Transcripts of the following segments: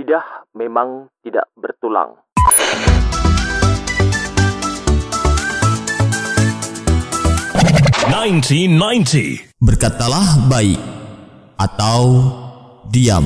Lidah memang tidak bertulang. Berkatalah baik atau diam.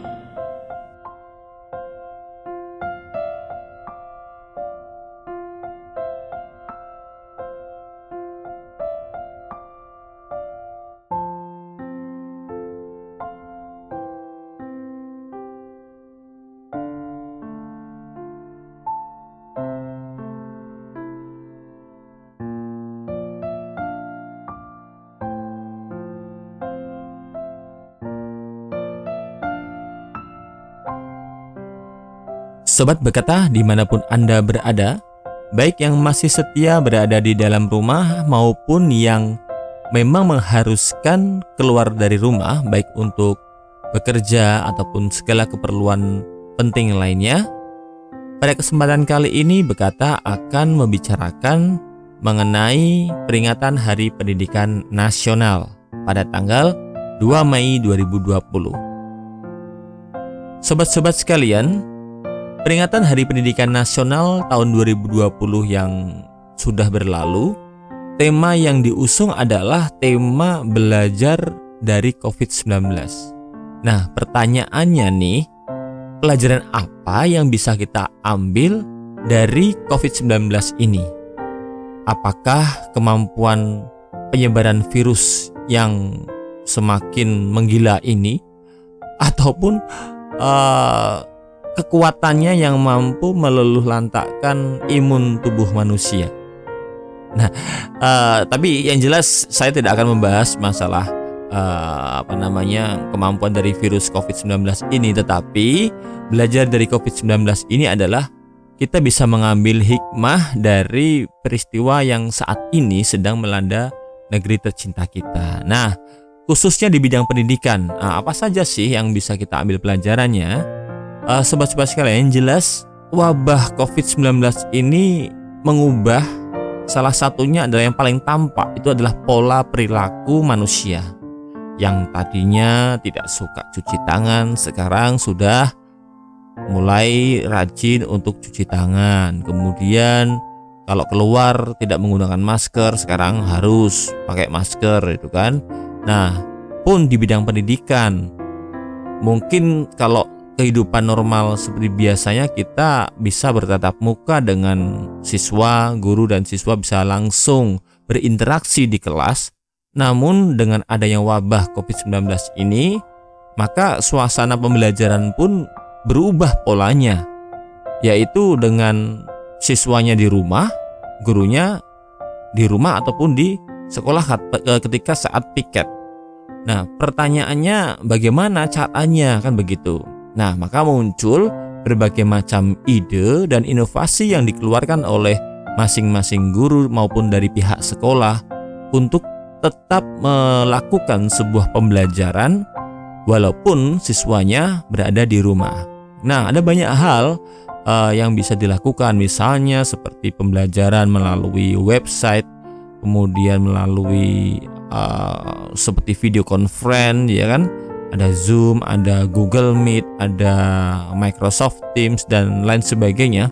Sobat Berkata dimanapun Anda berada, baik yang masih setia berada di dalam rumah maupun yang memang mengharuskan keluar dari rumah, baik untuk bekerja ataupun segala keperluan penting lainnya. Pada kesempatan kali ini Berkata akan membicarakan mengenai peringatan Hari Pendidikan Nasional pada tanggal 2 Mei 2020. Sobat-sobat sekalian, peringatan Hari Pendidikan Nasional tahun 2020 yang sudah berlalu, tema yang diusung adalah tema belajar dari COVID-19. Nah, pertanyaannya nih, pelajaran apa yang bisa kita ambil dari COVID-19 ini? Apakah kemampuan penyebaran virus yang semakin menggila ini, ataupun kekuatannya yang mampu meluluh lantakkan imun tubuh manusia? Nah, tapi yang jelas saya tidak akan membahas masalah kemampuan dari virus COVID-19 ini, tetapi belajar dari COVID-19 ini adalah kita bisa mengambil hikmah dari peristiwa yang saat ini sedang melanda negeri tercinta kita. Nah, khususnya di bidang pendidikan, apa saja sih yang bisa kita ambil pelajarannya? Sobat-sobat sekalian, jelas wabah COVID-19 ini mengubah, salah satunya adalah yang paling tampak itu adalah pola perilaku manusia. Yang tadinya tidak suka cuci tangan, sekarang sudah mulai rajin untuk cuci tangan. Kemudian kalau keluar tidak menggunakan masker, sekarang harus pakai masker, itu kan. Nah, pun di bidang pendidikan, mungkin kalau kehidupan normal seperti biasanya kita bisa bertatap muka dengan siswa, guru dan siswa bisa langsung berinteraksi di kelas. Namun dengan adanya wabah COVID-19 ini, maka suasana pembelajaran pun berubah polanya, yaitu dengan siswanya di rumah, gurunya di rumah ataupun di sekolah ketika saat piket. Nah, pertanyaannya bagaimana caranya, kan begitu. Nah, maka muncul berbagai macam ide dan inovasi yang dikeluarkan oleh masing-masing guru maupun dari pihak sekolah untuk tetap melakukan sebuah pembelajaran walaupun siswanya berada di rumah. Nah, ada banyak hal yang bisa dilakukan, misalnya seperti pembelajaran melalui website, kemudian melalui seperti video conference, ya kan? Ada Zoom, ada Google Meet, ada Microsoft Teams, dan lain sebagainya.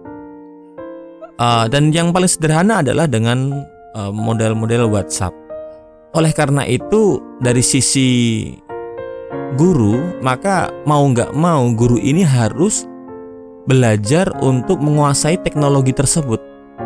Dan yang paling sederhana adalah dengan model-model WhatsApp. Oleh karena itu, dari sisi guru, maka mau nggak mau guru ini harus belajar untuk menguasai teknologi tersebut.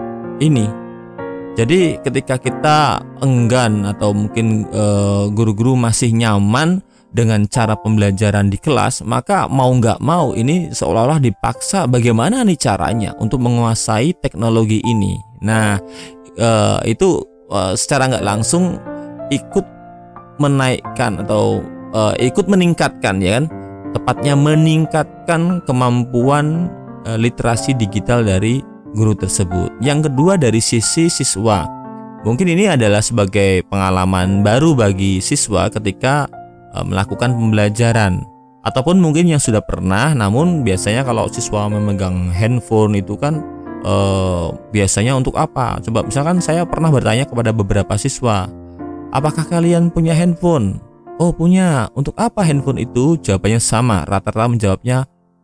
Jadi ketika kita enggan atau mungkin guru-guru masih nyaman dengan cara pembelajaran di kelas, maka mau nggak mau ini seolah-olah dipaksa bagaimana nih caranya untuk menguasai teknologi ini. Nah, itu secara nggak langsung ikut menaikkan atau ikut meningkatkan, ya kan, tepatnya meningkatkan kemampuan literasi digital dari guru tersebut. Yang kedua, dari sisi siswa, mungkin ini adalah sebagai pengalaman baru bagi siswa ketika melakukan pembelajaran, ataupun mungkin yang sudah pernah. Namun biasanya kalau siswa memegang handphone itu kan biasanya untuk apa? Coba misalkan saya pernah bertanya kepada beberapa siswa, apakah kalian punya handphone? Oh, punya. Untuk apa handphone itu? Jawabannya sama, rata-rata menjawabnya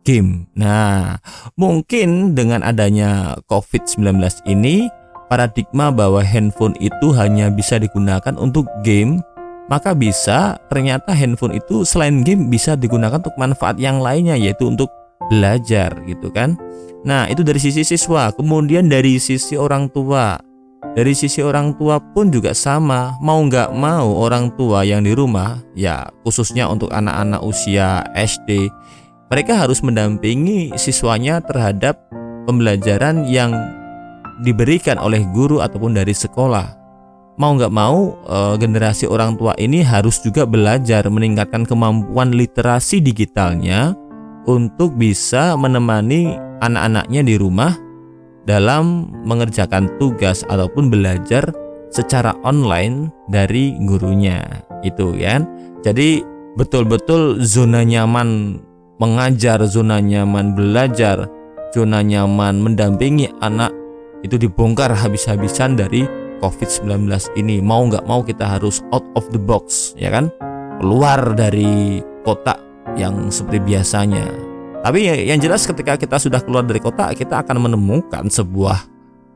game. Nah, mungkin dengan adanya COVID-19 ini, paradigma bahwa handphone itu hanya bisa digunakan untuk game, maka bisa ternyata handphone itu selain game bisa digunakan untuk manfaat yang lainnya, yaitu untuk belajar gitu kan. Nah, itu dari sisi siswa. Kemudian dari sisi orang tua, dari sisi orang tua pun juga sama. Mau nggak mau orang tua yang di rumah, ya khususnya untuk anak-anak usia SD, mereka harus mendampingi siswanya terhadap pembelajaran yang diberikan oleh guru ataupun dari sekolah. Mau nggak mau generasi orang tua ini harus juga belajar meningkatkan kemampuan literasi digitalnya untuk bisa menemani anak-anaknya di rumah dalam mengerjakan tugas ataupun belajar secara online dari gurunya itu kan. Jadi betul-betul zona nyaman mengajar, zona nyaman belajar, zona nyaman mendampingi anak itu dibongkar habis-habisan dari COVID-19 ini. Mau nggak mau kita harus out of the box, ya kan, keluar dari kotak yang seperti biasanya. Tapi yang jelas ketika kita sudah keluar dari kotak, kita akan menemukan sebuah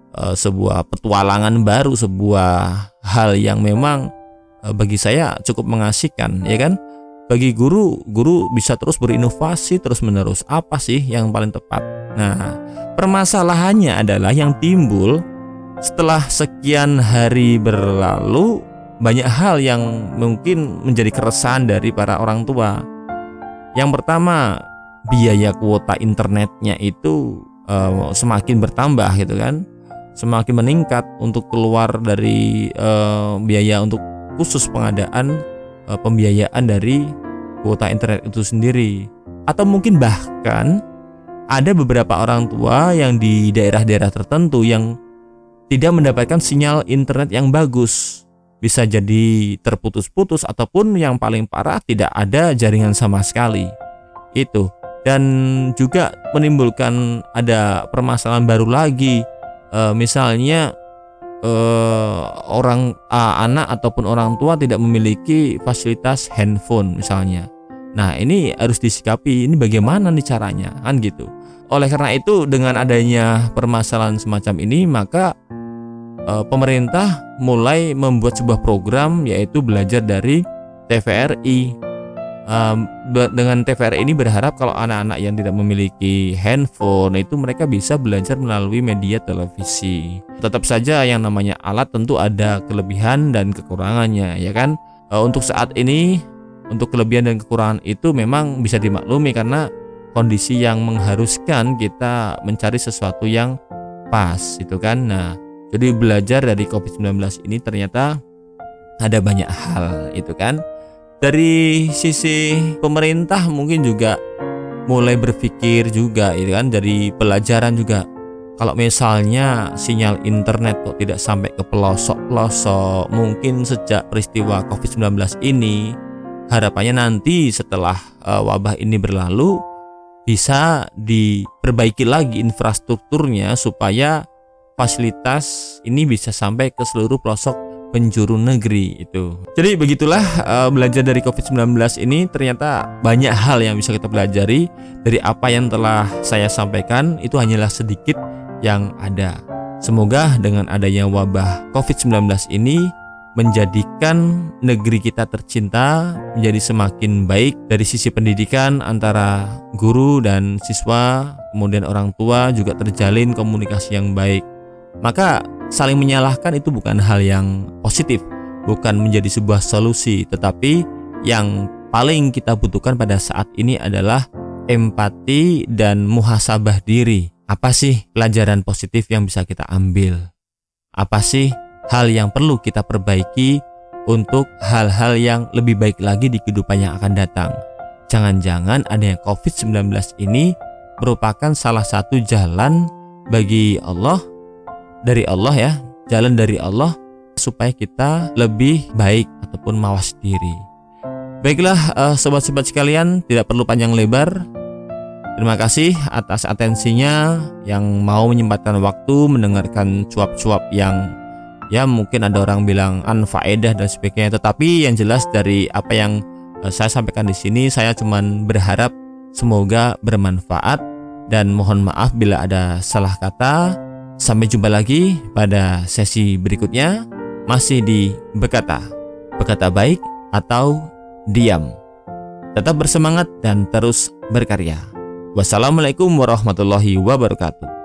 petualangan baru, sebuah hal yang memang bagi saya cukup mengasihkan, ya kan. Bagi guru bisa terus berinovasi terus menerus. Apa sih yang paling tepat? Nah, permasalahannya adalah yang timbul setelah sekian hari berlalu, banyak hal yang mungkin menjadi keresahan dari para orang tua. Yang pertama, biaya kuota internetnya itu semakin bertambah gitu kan, semakin meningkat untuk keluar dari biaya untuk khusus pengadaan pembiayaan dari kuota internet itu sendiri. Atau mungkin bahkan ada beberapa orang tua yang di daerah-daerah tertentu yang tidak mendapatkan sinyal internet yang bagus, bisa jadi terputus-putus ataupun yang paling parah tidak ada jaringan sama sekali. Itu. Dan juga menimbulkan ada permasalahan baru lagi, misalnya anak ataupun orang tua tidak memiliki fasilitas handphone misalnya. Nah, ini harus disikapi, ini bagaimana nih caranya kan gitu. Oleh karena itu, dengan adanya permasalahan semacam ini, maka pemerintah mulai membuat sebuah program, yaitu belajar dari TVRI. Dengan TVRI ini berharap kalau anak-anak yang tidak memiliki handphone itu mereka bisa belajar melalui media televisi. Tetap saja yang namanya alat tentu ada kelebihan dan kekurangannya, ya kan. Untuk saat ini, untuk kelebihan dan kekurangan itu memang bisa dimaklumi karena kondisi yang mengharuskan kita mencari sesuatu yang pas, itu kan. Nah, jadi belajar dari COVID-19 ini ternyata ada banyak hal, itu kan. Dari sisi pemerintah mungkin juga mulai berpikir juga, itu kan, dari pelajaran juga. Kalau misalnya sinyal internet kok tidak sampai ke pelosok-pelosok, mungkin sejak peristiwa COVID-19 ini, harapannya nanti setelah wabah ini berlalu bisa diperbaiki lagi infrastrukturnya supaya fasilitas ini bisa sampai ke seluruh pelosok penjuru negeri itu. Jadi begitulah belajar dari COVID-19 ini, ternyata banyak hal yang bisa kita pelajari. Dari apa yang telah saya sampaikan itu hanyalah sedikit yang ada. Semoga dengan adanya wabah COVID-19 ini menjadikan negeri kita tercinta menjadi semakin baik dari sisi pendidikan antara guru dan siswa, kemudian orang tua juga terjalin komunikasi yang baik. Maka saling menyalahkan itu bukan hal yang positif, bukan menjadi sebuah solusi, tetapi yang paling kita butuhkan pada saat ini adalah empati dan muhasabah diri. Apa sih pelajaran positif yang bisa kita ambil? Apa sih hal yang perlu kita perbaiki untuk hal-hal yang lebih baik lagi di kehidupan yang akan datang? Jangan-jangan adanya COVID-19 ini merupakan salah satu jalan bagi Allah, dari Allah ya, jalan dari Allah supaya kita lebih baik ataupun mawas diri. Baiklah sobat-sobat sekalian, tidak perlu panjang lebar. Terima kasih atas atensinya yang mau menyempatkan waktu mendengarkan cuap-cuap yang ya mungkin ada orang bilang anfaedah dan sebagainya. Tetapi yang jelas dari apa yang saya sampaikan di sini, saya cuman berharap Semoga bermanfaat dan mohon maaf bila ada salah kata. Sampai jumpa lagi pada sesi berikutnya, masih di Berkata. Berkata baik atau diam. Tetap bersemangat dan terus berkarya. Wassalamualaikum warahmatullahi wabarakatuh.